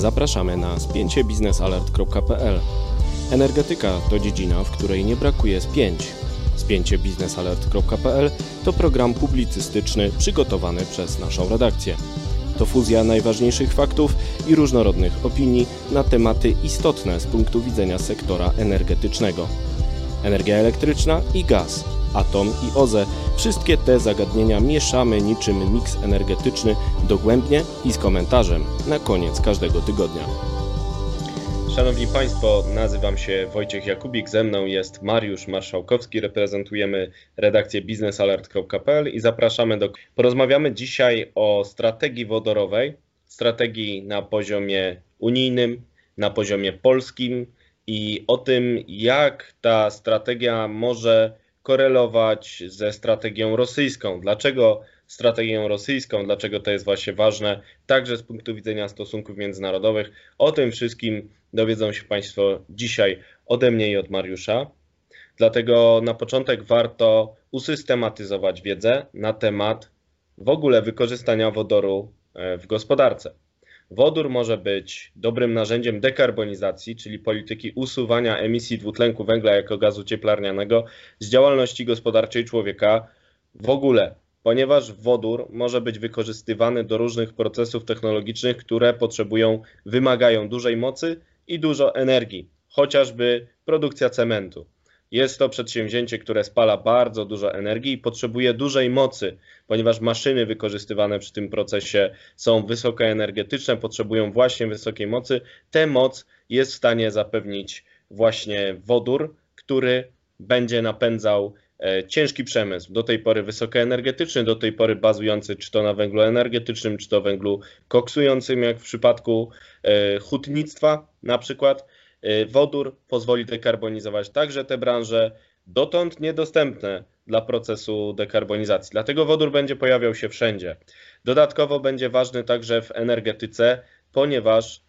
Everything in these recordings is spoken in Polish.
Zapraszamy na spięciebiznesalert.pl. Energetyka to dziedzina, w której nie brakuje spięć. Spięciebiznesalert.pl to program publicystyczny przygotowany przez naszą redakcję. To fuzja najważniejszych faktów i różnorodnych opinii na tematy istotne z punktu widzenia sektora energetycznego. Energia elektryczna i gaz, atom i OZE. Wszystkie te zagadnienia mieszamy niczym miks energetyczny dogłębnie i z komentarzem na koniec każdego tygodnia. Szanowni Państwo, nazywam się Wojciech Jakubik, ze mną jest Mariusz Marszałkowski, reprezentujemy redakcję biznesalert.pl i zapraszamy Porozmawiamy dzisiaj o strategii wodorowej, strategii na poziomie unijnym, na poziomie polskim i o tym, jak ta strategia może korelować ze strategią rosyjską. Dlaczego strategią rosyjską, dlaczego to jest właśnie ważne, także z punktu widzenia stosunków międzynarodowych. O tym wszystkim dowiedzą się Państwo dzisiaj ode mnie i od Mariusza. Dlatego na początek warto usystematyzować wiedzę na temat w ogóle wykorzystania wodoru w gospodarce. Wodór może być dobrym narzędziem dekarbonizacji, czyli polityki usuwania emisji dwutlenku węgla jako gazu cieplarnianego z działalności gospodarczej człowieka w ogóle, ponieważ wodór może być wykorzystywany do różnych procesów technologicznych, które wymagają dużej mocy i dużo energii, chociażby produkcja cementu. Jest to przedsięwzięcie, które spala bardzo dużo energii i potrzebuje dużej mocy, ponieważ maszyny wykorzystywane przy tym procesie są wysokoenergetyczne, potrzebują właśnie wysokiej mocy. Tę moc jest w stanie zapewnić właśnie wodór, który będzie napędzał ciężki przemysł, do tej pory wysokoenergetyczny, do tej pory bazujący czy to na węglu energetycznym, czy to węglu koksującym, jak w przypadku hutnictwa na przykład. Wodór pozwoli dekarbonizować także te branże dotąd niedostępne dla procesu dekarbonizacji. Dlatego wodór będzie pojawiał się wszędzie. Dodatkowo będzie ważny także w energetyce, ponieważ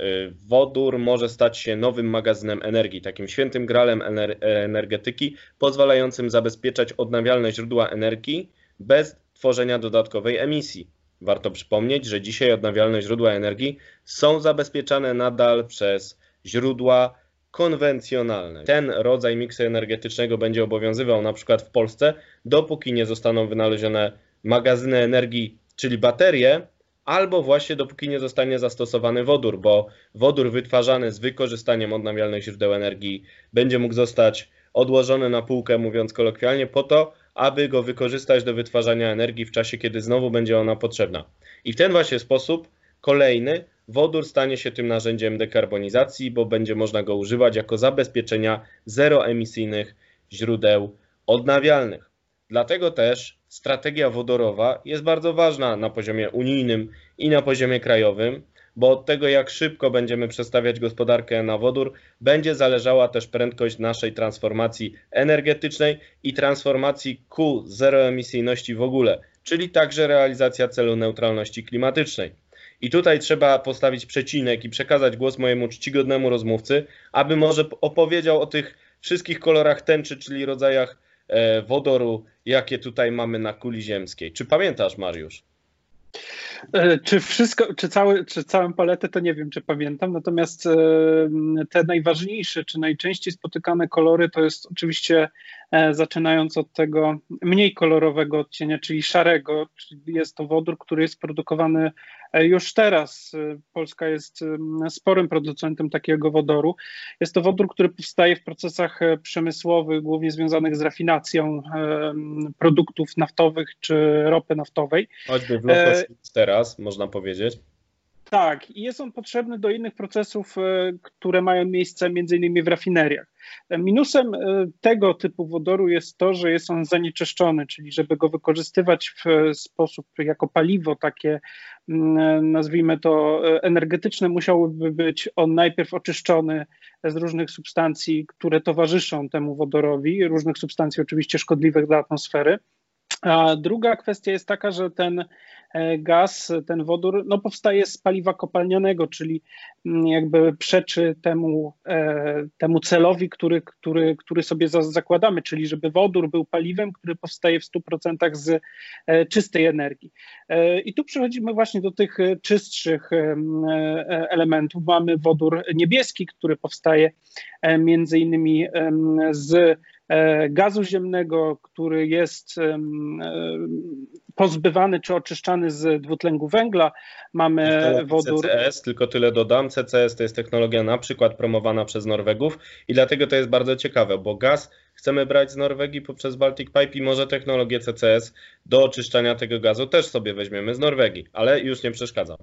wodór może stać się nowym magazynem energii, takim świętym gralem energetyki, pozwalającym zabezpieczać odnawialne źródła energii bez tworzenia dodatkowej emisji. Warto przypomnieć, że dzisiaj odnawialne źródła energii są zabezpieczane nadal przez źródła konwencjonalne. Ten rodzaj miksu energetycznego będzie obowiązywał na przykład w Polsce, dopóki nie zostaną wynalezione magazyny energii, czyli baterie, albo właśnie dopóki nie zostanie zastosowany wodór, bo wodór wytwarzany z wykorzystaniem odnawialnych źródeł energii będzie mógł zostać odłożony na półkę, mówiąc kolokwialnie, po to, aby go wykorzystać do wytwarzania energii w czasie, kiedy znowu będzie ona potrzebna. I w ten właśnie sposób kolejny wodór stanie się tym narzędziem dekarbonizacji, bo będzie można go używać jako zabezpieczenia zeroemisyjnych źródeł odnawialnych. Dlatego też strategia wodorowa jest bardzo ważna na poziomie unijnym i na poziomie krajowym, bo od tego, jak szybko będziemy przestawiać gospodarkę na wodór, będzie zależała też prędkość naszej transformacji energetycznej i transformacji ku zeroemisyjności w ogóle, czyli także realizacja celu neutralności klimatycznej. I tutaj trzeba postawić przecinek i przekazać głos mojemu czcigodnemu rozmówcy, aby może opowiedział o tych wszystkich kolorach tęczy, czyli rodzajach wodoru, jakie tutaj mamy na kuli ziemskiej. Czy pamiętasz, Mariusz? Czy wszystko, czy całą paletę, to nie wiem, czy pamiętam, natomiast te najważniejsze, czy najczęściej spotykane kolory to jest oczywiście, zaczynając od tego mniej kolorowego odcienia, czyli szarego, czyli jest to wodór, który jest produkowany już teraz. Polska jest sporym producentem takiego wodoru. Jest to wodór, który powstaje w procesach przemysłowych, głównie związanych z rafinacją produktów naftowych czy ropy naftowej. Choćby w Lotos teraz, można powiedzieć. Tak, i jest on potrzebny do innych procesów, które mają miejsce między innymi w rafineriach. Minusem tego typu wodoru jest to, że jest on zanieczyszczony, czyli żeby go wykorzystywać w sposób jako paliwo takie, nazwijmy to energetyczne, musiałby być on najpierw oczyszczony z różnych substancji, które towarzyszą temu wodorowi, różnych substancji oczywiście szkodliwych dla atmosfery. A druga kwestia jest taka, że ten gaz, ten wodór powstaje z paliwa kopalnianego, czyli jakby przeczy temu celowi, który sobie zakładamy, czyli żeby wodór był paliwem, który powstaje w 100% z czystej energii. I tu przechodzimy właśnie do tych czystszych elementów. Mamy wodór niebieski, który powstaje między innymi z gazu ziemnego, który jest pozbywany czy oczyszczany z dwutlenku węgla. Mamy wodór CCS, tylko tyle dodam, CCS to jest technologia na przykład promowana przez Norwegów i dlatego to jest bardzo ciekawe, bo gaz chcemy brać z Norwegii poprzez Baltic Pipe i może technologię CCS do oczyszczania tego gazu też sobie weźmiemy z Norwegii, ale już nie przeszkadzam.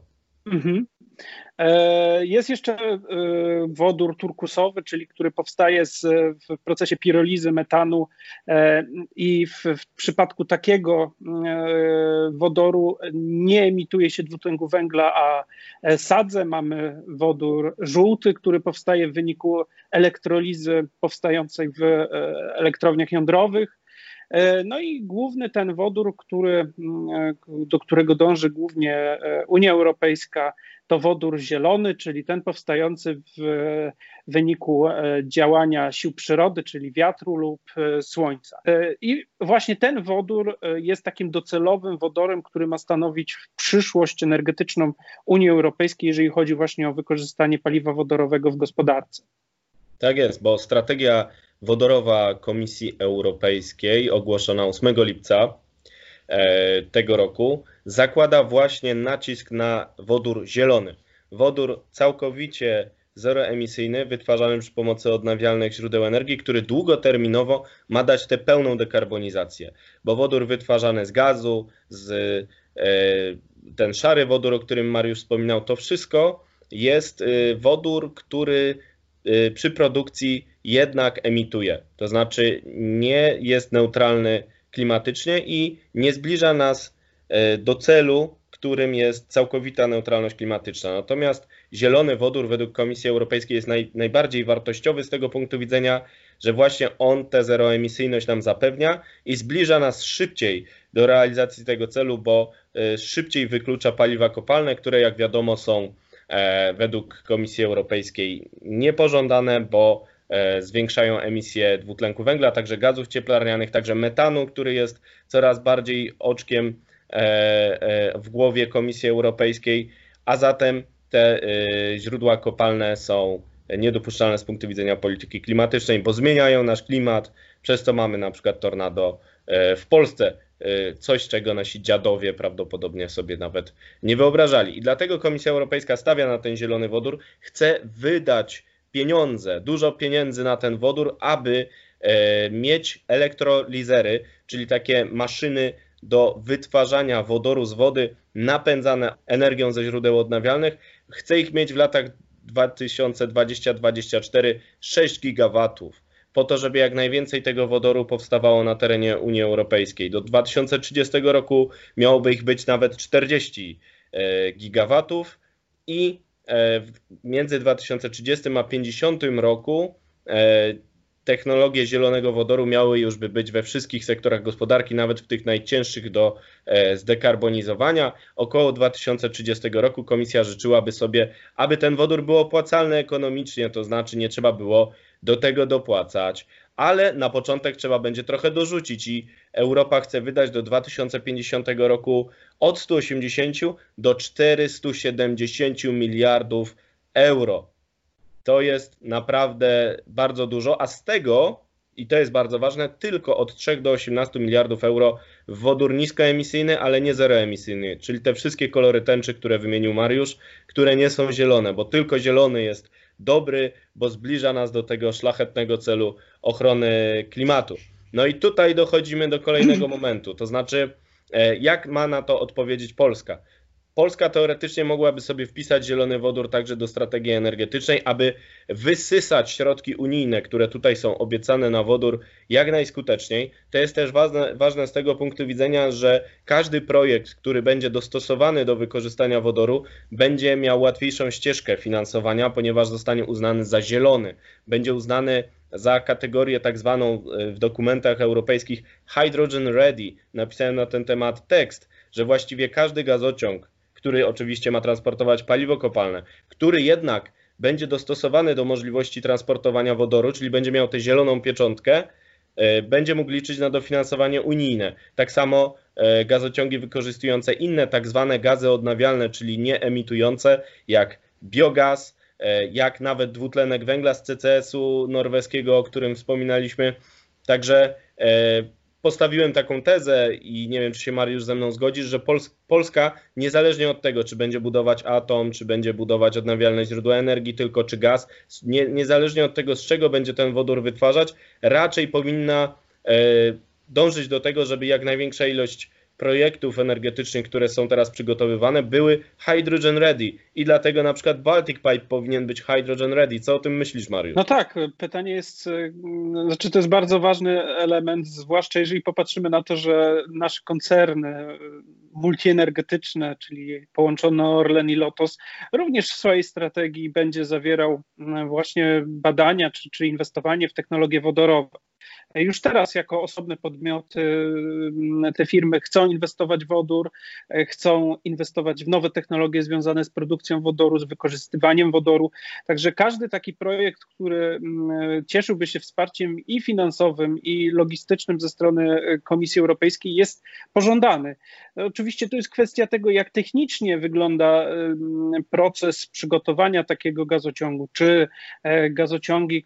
Jest jeszcze wodór turkusowy, czyli który powstaje w procesie pirolizy metanu i w przypadku takiego wodoru nie emituje się dwutlenku węgla, a sadzę. Mamy wodór żółty, który powstaje w wyniku elektrolizy powstającej w elektrowniach jądrowych. No i główny ten wodór, do którego dąży głównie Unia Europejska, to wodór zielony, czyli ten powstający w wyniku działania sił przyrody, czyli wiatru lub słońca. I właśnie ten wodór jest takim docelowym wodorem, który ma stanowić przyszłość energetyczną Unii Europejskiej, jeżeli chodzi właśnie o wykorzystanie paliwa wodorowego w gospodarce. Tak jest, bo strategia wodorowa Komisji Europejskiej ogłoszona 8 lipca tego roku zakłada właśnie nacisk na wodór zielony. Wodór całkowicie zeroemisyjny, wytwarzany przy pomocy odnawialnych źródeł energii, który długoterminowo ma dać tę pełną dekarbonizację. Bo wodór wytwarzany z gazu, ten szary wodór, o którym Mariusz wspominał, to wszystko jest wodór, który przy produkcji jednak emituje. To znaczy nie jest neutralny klimatycznie i nie zbliża nas do celu, którym jest całkowita neutralność klimatyczna. Natomiast zielony wodór według Komisji Europejskiej jest najbardziej wartościowy z tego punktu widzenia, że właśnie on tę zeroemisyjność nam zapewnia i zbliża nas szybciej do realizacji tego celu, bo szybciej wyklucza paliwa kopalne, które jak wiadomo są według Komisji Europejskiej niepożądane, bo zwiększają emisję dwutlenku węgla, także gazów cieplarnianych, także metanu, który jest coraz bardziej oczkiem w głowie Komisji Europejskiej, a zatem te źródła kopalne są niedopuszczalne z punktu widzenia polityki klimatycznej, bo zmieniają nasz klimat, przez co mamy na przykład tornado w Polsce, coś czego nasi dziadowie prawdopodobnie sobie nawet nie wyobrażali. I dlatego Komisja Europejska stawia na ten zielony wodór, chce wydać pieniądze, dużo pieniędzy na ten wodór, aby mieć elektrolizery, czyli takie maszyny do wytwarzania wodoru z wody napędzane energią ze źródeł odnawialnych. Chce ich mieć w latach 2020-2024 6 gigawatów, po to, żeby jak najwięcej tego wodoru powstawało na terenie Unii Europejskiej. Do 2030 roku miałoby ich być nawet 40 gigawatów i między 2030 a 50 roku technologie zielonego wodoru miały już być we wszystkich sektorach gospodarki, nawet w tych najcięższych do zdekarbonizowania. Około 2030 roku Komisja życzyłaby sobie, aby ten wodór był opłacalny ekonomicznie, to znaczy nie trzeba było do tego dopłacać, ale na początek trzeba będzie trochę dorzucić i Europa chce wydać do 2050 roku od 180 do 470 miliardów euro. To jest naprawdę bardzo dużo, a z tego, i to jest bardzo ważne, tylko od 3 do 18 miliardów euro w wodór niskoemisyjny, ale nie zeroemisyjny, czyli te wszystkie kolory tęczy, które wymienił Mariusz, które nie są zielone, bo tylko zielony jest dobry, bo zbliża nas do tego szlachetnego celu ochrony klimatu. No i tutaj dochodzimy do kolejnego momentu, to znaczy jak ma na to odpowiedzieć Polska? Polska teoretycznie mogłaby sobie wpisać zielony wodór także do strategii energetycznej, aby wysysać środki unijne, które tutaj są obiecane na wodór jak najskuteczniej. To jest też ważne z tego punktu widzenia, że każdy projekt, który będzie dostosowany do wykorzystania wodoru, będzie miał łatwiejszą ścieżkę finansowania, ponieważ zostanie uznany za zielony. Będzie uznany za kategorię tak zwaną w dokumentach europejskich hydrogen ready. Napisałem na ten temat tekst, że właściwie każdy gazociąg, który oczywiście ma transportować paliwo kopalne, który jednak będzie dostosowany do możliwości transportowania wodoru, czyli będzie miał tę zieloną pieczątkę, będzie mógł liczyć na dofinansowanie unijne. Tak samo gazociągi wykorzystujące inne tak zwane gazy odnawialne, czyli nieemitujące, jak biogaz, jak nawet dwutlenek węgla z CCS-u norweskiego, o którym wspominaliśmy. Także postawiłem taką tezę i nie wiem, czy się Mariusz ze mną zgodzisz, że Polska niezależnie od tego, czy będzie budować atom, czy będzie budować odnawialne źródła energii tylko, czy gaz, niezależnie od tego, z czego będzie ten wodór wytwarzać, raczej powinna dążyć do tego, żeby jak największa ilość projektów energetycznych, które są teraz przygotowywane, były hydrogen ready i dlatego na przykład Baltic Pipe powinien być hydrogen ready. Co o tym myślisz, Mariusz? No tak, pytanie jest, znaczy to jest bardzo ważny element, zwłaszcza jeżeli popatrzymy na to, że nasze koncerny multienergetyczne, czyli połączone Orlen i Lotos, również w swojej strategii będzie zawierał właśnie badania czy inwestowanie w technologie wodorowe. Już teraz jako osobne podmioty te firmy chcą inwestować w wodór, chcą inwestować w nowe technologie związane z produkcją wodoru, z wykorzystywaniem wodoru. Także każdy taki projekt, który cieszyłby się wsparciem i finansowym, i logistycznym ze strony Komisji Europejskiej, jest pożądany. Oczywiście to jest kwestia tego, jak technicznie wygląda proces przygotowania takiego gazociągu, czy gazociągi,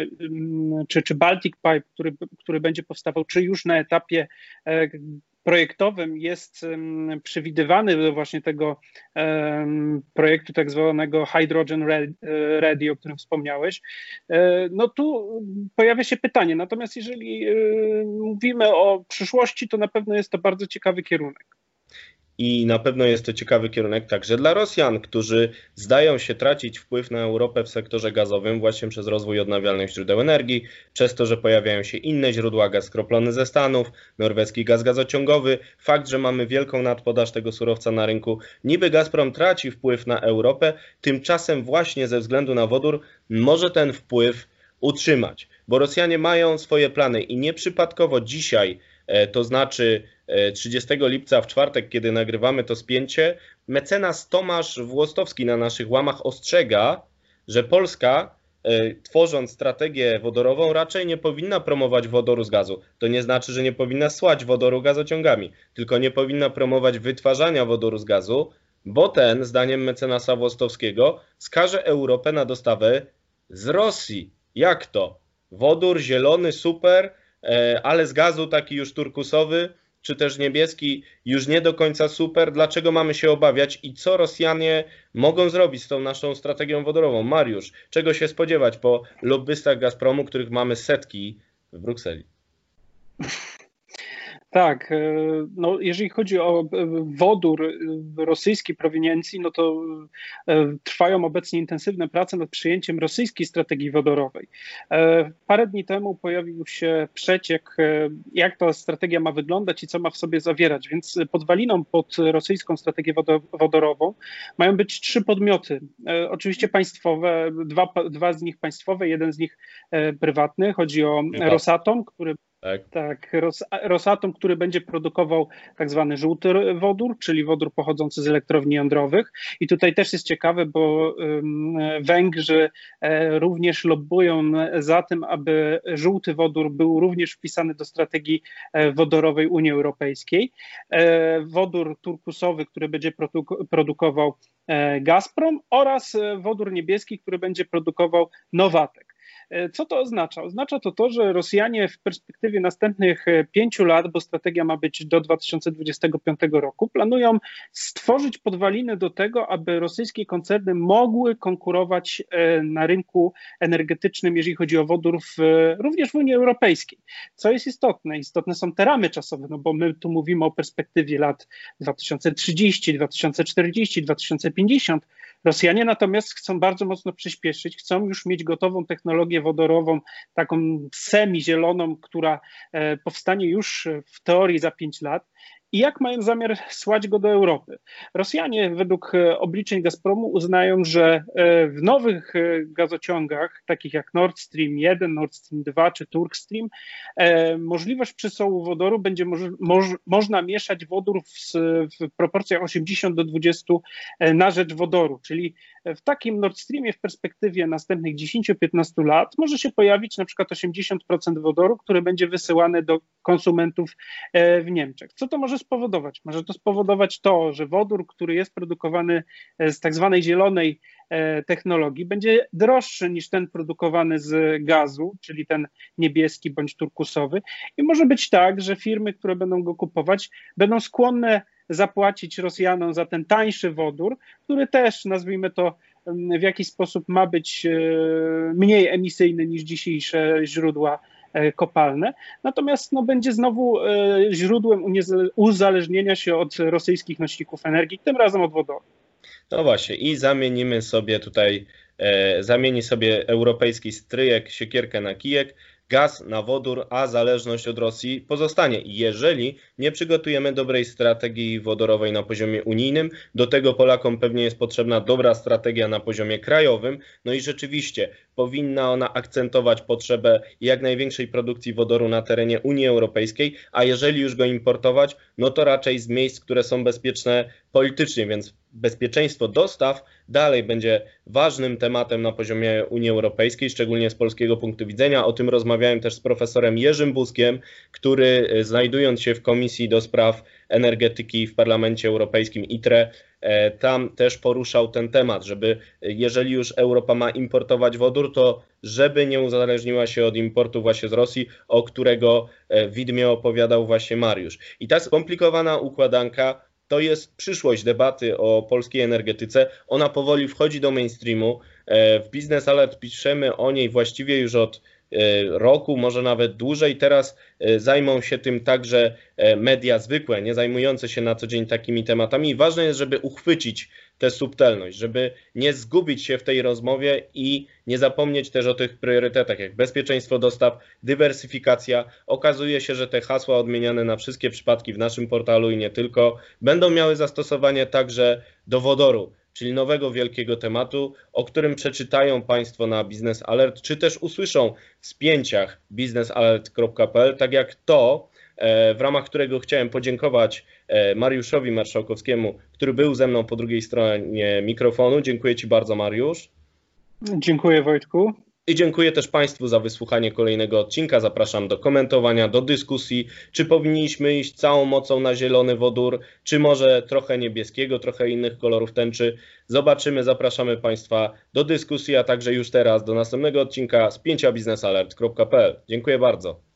czy Baltic Pipe, który będzie powstawał, czy już na etapie projektowym jest przewidywany do właśnie tego projektu tak zwanego hydrogen ready, o którym wspomniałeś, no tu pojawia się pytanie. Natomiast jeżeli mówimy o przyszłości, to na pewno jest to bardzo ciekawy kierunek. I na pewno jest to ciekawy kierunek także dla Rosjan, którzy zdają się tracić wpływ na Europę w sektorze gazowym właśnie przez rozwój odnawialnych źródeł energii, przez to, że pojawiają się inne źródła, gaz skroplony ze Stanów, norweski gaz gazociągowy, fakt, że mamy wielką nadpodaż tego surowca na rynku. Niby Gazprom traci wpływ na Europę, tymczasem właśnie ze względu na wodór może ten wpływ utrzymać, bo Rosjanie mają swoje plany i nieprzypadkowo dzisiaj, to znaczy 30 lipca w czwartek, kiedy nagrywamy to spięcie, mecenas Tomasz Włostowski na naszych łamach ostrzega, że Polska, tworząc strategię wodorową, raczej nie powinna promować wodoru z gazu. To nie znaczy, że nie powinna słać wodoru gazociągami, tylko nie powinna promować wytwarzania wodoru z gazu, bo ten, zdaniem mecenasa Włostowskiego, skaże Europę na dostawę z Rosji. Jak to? Wodór zielony, super, ale z gazu taki już turkusowy, czy też niebieski już nie do końca super. Dlaczego mamy się obawiać i co Rosjanie mogą zrobić z tą naszą strategią wodorową? Mariusz, czego się spodziewać po lobbystach Gazpromu, których mamy setki w Brukseli? Tak, no jeżeli chodzi o wodór rosyjskiej proweniencji, no to trwają obecnie intensywne prace nad przyjęciem rosyjskiej strategii wodorowej. Parę dni temu pojawił się przeciek, jak ta strategia ma wyglądać i co ma w sobie zawierać, więc podwaliną pod rosyjską strategię wodorową mają być 3 podmioty. Oczywiście państwowe, dwa z nich państwowe, jeden z nich prywatny. Chodzi o Rosatom, Rosatom, który będzie produkował tak zwany żółty wodór, czyli wodór pochodzący z elektrowni jądrowych. I tutaj też jest ciekawe, bo Węgrzy również lobbują za tym, aby żółty wodór był również wpisany do strategii wodorowej Unii Europejskiej. Wodór turkusowy, który będzie produkował Gazprom, oraz wodór niebieski, który będzie produkował Nowatek. Co to oznacza? Oznacza to, że Rosjanie w perspektywie następnych 5 lat, bo strategia ma być do 2025 roku, planują stworzyć podwaliny do tego, aby rosyjskie koncerny mogły konkurować na rynku energetycznym, jeżeli chodzi o wodór, również w Unii Europejskiej. Co jest istotne? Istotne są te ramy czasowe, no bo my tu mówimy o perspektywie lat 2030, 2040, 2050. Rosjanie natomiast chcą bardzo mocno przyspieszyć, chcą już mieć gotową technologię wodorową, taką semi-zieloną, która powstanie już w teorii za 5 lat. I jak mają zamiar słać go do Europy? Rosjanie według obliczeń Gazpromu uznają, że w nowych gazociągach, takich jak Nord Stream 1, Nord Stream 2 czy Turk Stream, możliwość przesyłu wodoru będzie można mieszać wodór w proporcjach 80 do 20 na rzecz wodoru, czyli w takim Nord Streamie w perspektywie następnych 10-15 lat może się pojawić na przykład 80% wodoru, który będzie wysyłany do konsumentów w Niemczech. Co to może spowodować? Może to spowodować to, że wodór, który jest produkowany z tak zwanej zielonej technologii, będzie droższy niż ten produkowany z gazu, czyli ten niebieski bądź turkusowy. I może być tak, że firmy, które będą go kupować, będą skłonne zapłacić Rosjanom za ten tańszy wodór, który też, nazwijmy to, w jakiś sposób ma być mniej emisyjny niż dzisiejsze źródła kopalne, natomiast będzie znowu źródłem uzależnienia się od rosyjskich nośników energii, tym razem od wodoru. No właśnie i zamieni sobie europejski stryjek siekierkę na kijek, gaz na wodór, a zależność od Rosji pozostanie. Jeżeli nie przygotujemy dobrej strategii wodorowej na poziomie unijnym, do tego Polakom pewnie jest potrzebna dobra strategia na poziomie krajowym. No i rzeczywiście powinna ona akcentować potrzebę jak największej produkcji wodoru na terenie Unii Europejskiej, a jeżeli już go importować, no to raczej z miejsc, które są bezpieczne politycznie, więc bezpieczeństwo dostaw dalej będzie ważnym tematem na poziomie Unii Europejskiej, szczególnie z polskiego punktu widzenia. O tym rozmawiałem też z profesorem Jerzym Buzkiem, który znajdując się w Komisji do Spraw Energetyki w Parlamencie Europejskim ITRE, tam też poruszał ten temat, żeby jeżeli już Europa ma importować wodór, to żeby nie uzależniła się od importu właśnie z Rosji, o którego widmie opowiadał właśnie Mariusz. I ta skomplikowana układanka to jest przyszłość debaty o polskiej energetyce. Ona powoli wchodzi do mainstreamu. W Business Alert piszemy o niej właściwie już od roku, może nawet dłużej. Teraz zajmą się tym także media zwykłe, nie zajmujące się na co dzień takimi tematami. Ważne jest, żeby uchwycić tę subtelność, żeby nie zgubić się w tej rozmowie i nie zapomnieć też o tych priorytetach, jak bezpieczeństwo dostaw, dywersyfikacja. Okazuje się, że te hasła odmieniane na wszystkie przypadki w naszym portalu i nie tylko, będą miały zastosowanie także do wodoru, czyli nowego wielkiego tematu, o którym przeczytają Państwo na Business Alert, czy też usłyszą w spięciach businessalert.pl, tak jak to, w ramach którego chciałem podziękować Mariuszowi Marszałkowskiemu, który był ze mną po drugiej stronie mikrofonu. Dziękuję Ci bardzo, Mariusz. Dziękuję, Wojtku. I dziękuję też Państwu za wysłuchanie kolejnego odcinka. Zapraszam do komentowania, do dyskusji, czy powinniśmy iść całą mocą na zielony wodór, czy może trochę niebieskiego, trochę innych kolorów tęczy. Zobaczymy, zapraszamy Państwa do dyskusji, a także już teraz do następnego odcinka z spięcia businessalert.pl. Dziękuję bardzo.